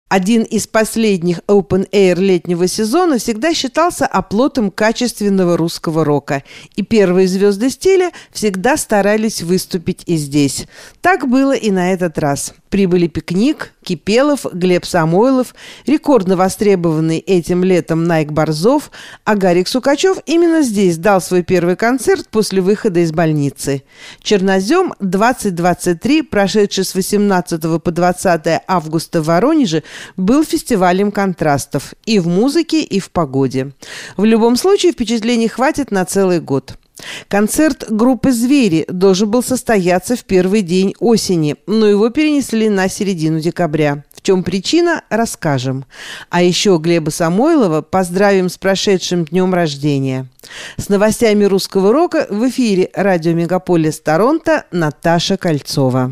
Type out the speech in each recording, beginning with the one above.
Один из последних Open Air летнего сезона всегда считался оплотом качественного русского рока, и первые звезды стиля всегда старались выступить и здесь. Так было и на этот раз. Прибыли «Пикник», Кипелов, Глеб Самойлов, рекордно востребованный этим летом Найк Борзов, а Гарик Сукачев именно здесь дал свой первый концерт после выхода из больницы. «Чернозем 2023», прошедший с 18 по 20 августа в Воронеже, был фестивалем контрастов и в музыке, и в погоде. В любом случае впечатлений хватит на целый год. Концерт группы «Звери» должен был состояться в первый день осени, но его перенесли на середину декабря. В чем причина, расскажем. А еще Глеба Самойлова поздравим с прошедшим днем рождения. С новостями русского рока в эфире радио «Мегаполис Торонто» Наташа Кольцова.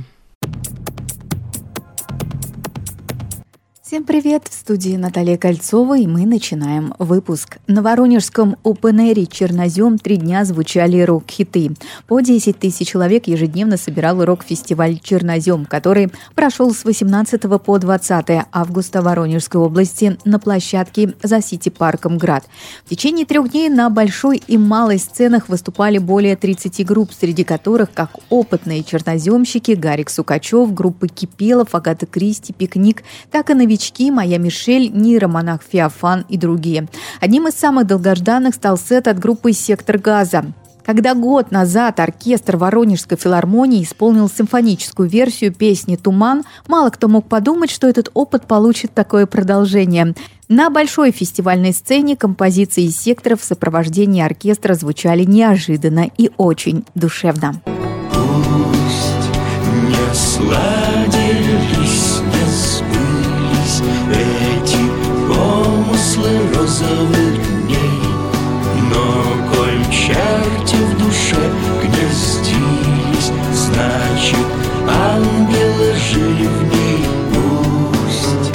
Всем привет! В студии Наталья Кольцова, и мы начинаем выпуск. На воронежском опен-эйре «Чернозем» 3 дня звучали рок-хиты. По 10 тысяч человек ежедневно собирал рок-фестиваль «Чернозем», который прошел с 18 по 20 августа в Воронежской области на площадке за Сити-парком «Град». В течение 3 дней на большой и малой сценах выступали более 30 групп, среди которых как опытные черноземщики Гарик Сукачев, группы Кипелов, Агата Кристи, «Пикник», так и новички «Моя Мишель», «Нейромонах Феофан» и другие. Одним из самых долгожданных стал сет от группы «Сектор газа». Когда год назад оркестр Воронежской филармонии исполнил симфоническую версию песни «Туман», мало кто мог подумать, что этот опыт получит такое продолжение. На большой фестивальной сцене композиции секторов в сопровождении оркестра звучали неожиданно и очень душевно. Пусть не сладились, не сбылись эти помыслы розовых дней, но коль черти в душе гнездились, значит, ангелы жили в ней. Пусть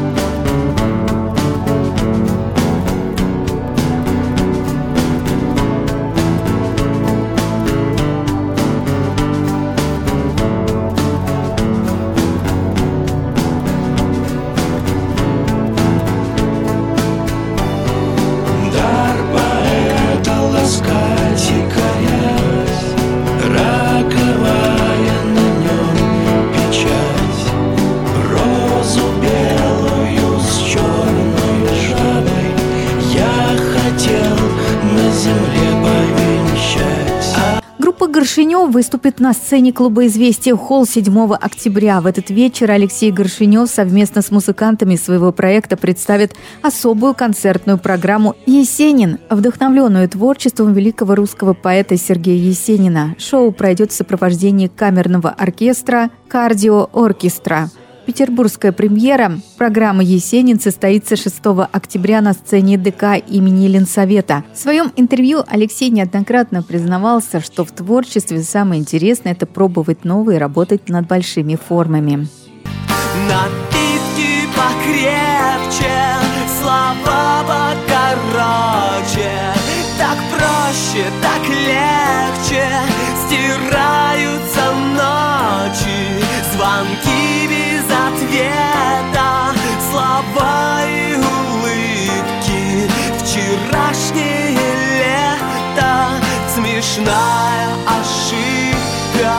Горшенев выступит на сцене клуба «Известия» «Холл» 7 октября. В этот вечер Алексей Горшенев совместно с музыкантами своего проекта представит особую концертную программу «Есенин», вдохновленную творчеством великого русского поэта Сергея Есенина. Шоу пройдет в сопровождении камерного оркестра «Кардио-оркестра». Петербургская премьера программы «Есенин» состоится 6 октября на сцене ДК имени Ленсовета. В своем интервью Алексей неоднократно признавался, что в творчестве самое интересное – это пробовать новые и работать над большими формами. Напитки покрепче, слова покороче, так проще, так легче стираются ночи, звонки без ответа, слова и улыбки, вчерашнее лето, смешная ошибка.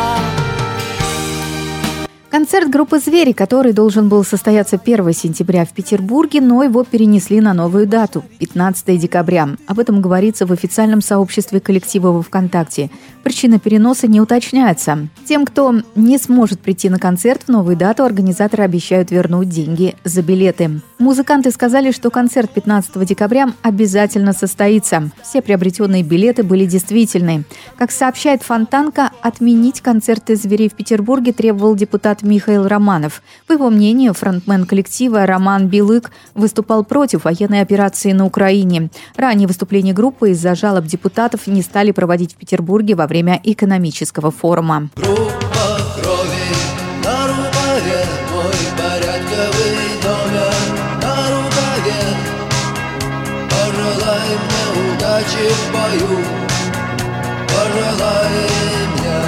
Концерт группы «Звери», который должен был состояться 1 сентября в Петербурге, но его перенесли на новую дату – 15 декабря. Об этом говорится в официальном сообществе коллектива во ВКонтакте. Причина переноса не уточняется. Тем, кто не сможет прийти на концерт в новую дату, организаторы обещают вернуть деньги за билеты. Музыканты сказали, что концерт 15 декабря обязательно состоится. Все приобретенные билеты были действительны. Как сообщает Фонтанка, отменить концерты «Зверей» в Петербурге требовал депутат Михаил Романов. По его мнению, фронтмен коллектива Роман Билык выступал против военной операции на Украине. Ранее выступления группы из-за жалоб депутатов не стали проводить в Петербурге во время экономического форума. Группа крови на рукаве, мой порядковый номер на рукаве. Пожелай мне удачи в бою, пожелай мне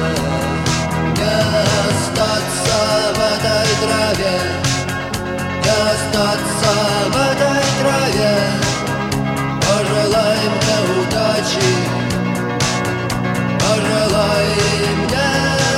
не остаться в этой траве, не остаться в этой траве. Пожелай мне удачи, пожелай мне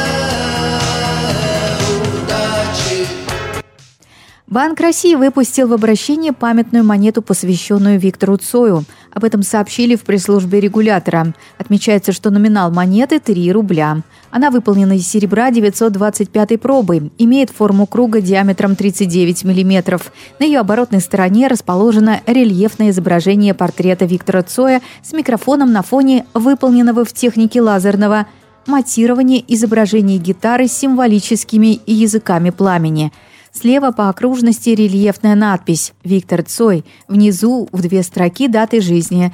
удачи. Банк России выпустил в обращение памятную монету, посвященную Виктору Цою. Об этом сообщили в пресс-службе регулятора. Отмечается, что номинал монеты – 3 рубля. Она выполнена из серебра 925-й пробы, имеет форму круга диаметром 39 мм. На ее оборотной стороне расположено рельефное изображение портрета Виктора Цоя с микрофоном на фоне выполненного в технике лазерного матирования изображения гитары с символическими языками пламени. Слева по окружности рельефная надпись «Виктор Цой». Внизу в 2 строки даты жизни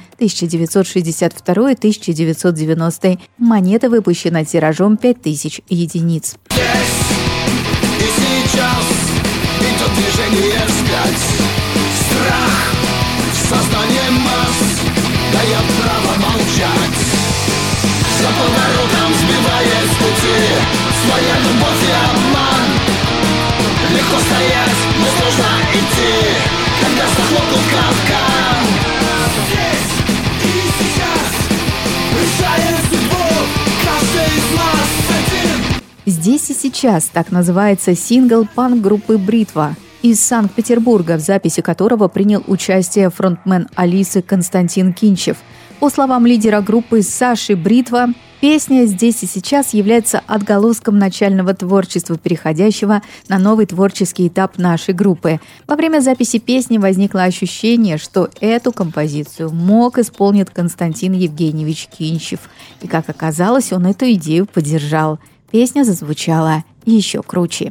1962-1990. Монета выпущена тиражом 5000 единиц. Здесь и сейчас идет движение вспять. Страх в сознании масс дает право молчать. За поворотом сбивая с пути своя любовь и обман. Легко стоять, но сложно идти, когда захлопнут капкан. Здесь и сейчас решает судьбу каждый из нас один. «Здесь и сейчас» — так называется сингл панк-группы «Бритва» из Санкт-Петербурга, в записи которого принял участие фронтмен Алисы Константин Кинчев. По словам лидера группы Саши Бритва, песня «Здесь и сейчас» является отголоском начального творчества, переходящего на новый творческий этап нашей группы. Во время записи песни возникло ощущение, что эту композицию мог исполнить Константин Евгеньевич Кинчев. И, как оказалось, он эту идею поддержал. Песня зазвучала еще круче.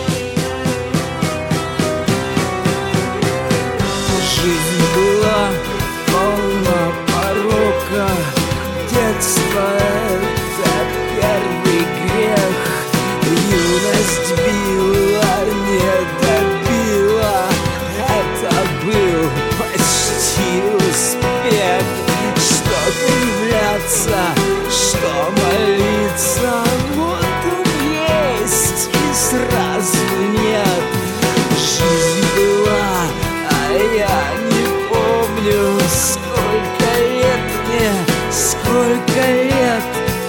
Жизнь была полна порока, детство — это первый грех. Юность била, не добила, это был почти успех. Что кривляться, что молиться, вот он есть и сразу нет. Жизнь была, а я не помню, сколько лет мне, сколько лет.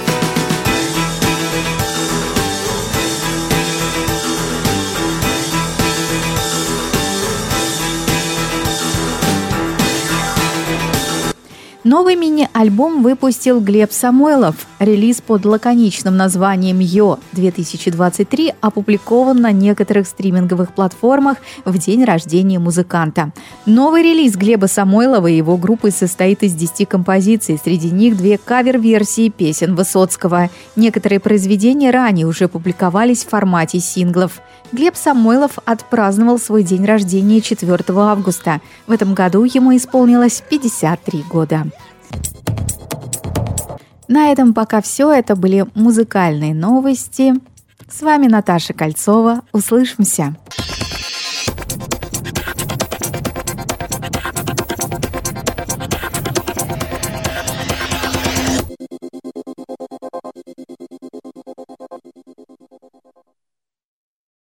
Новый мини-альбом выпустил Глеб Самойлов. Релиз под лаконичным названием «Йо-2023» опубликован на некоторых стриминговых платформах в день рождения музыканта. Новый релиз Глеба Самойлова и его группы состоит из 10 композиций. Среди них 2 кавер-версии песен Высоцкого. Некоторые произведения ранее уже публиковались в формате синглов. Глеб Самойлов отпраздновал свой день рождения 4 августа. В этом году ему исполнилось 53 года. На этом пока все. Это были музыкальные новости. С вами Наташа Кольцова. Услышимся.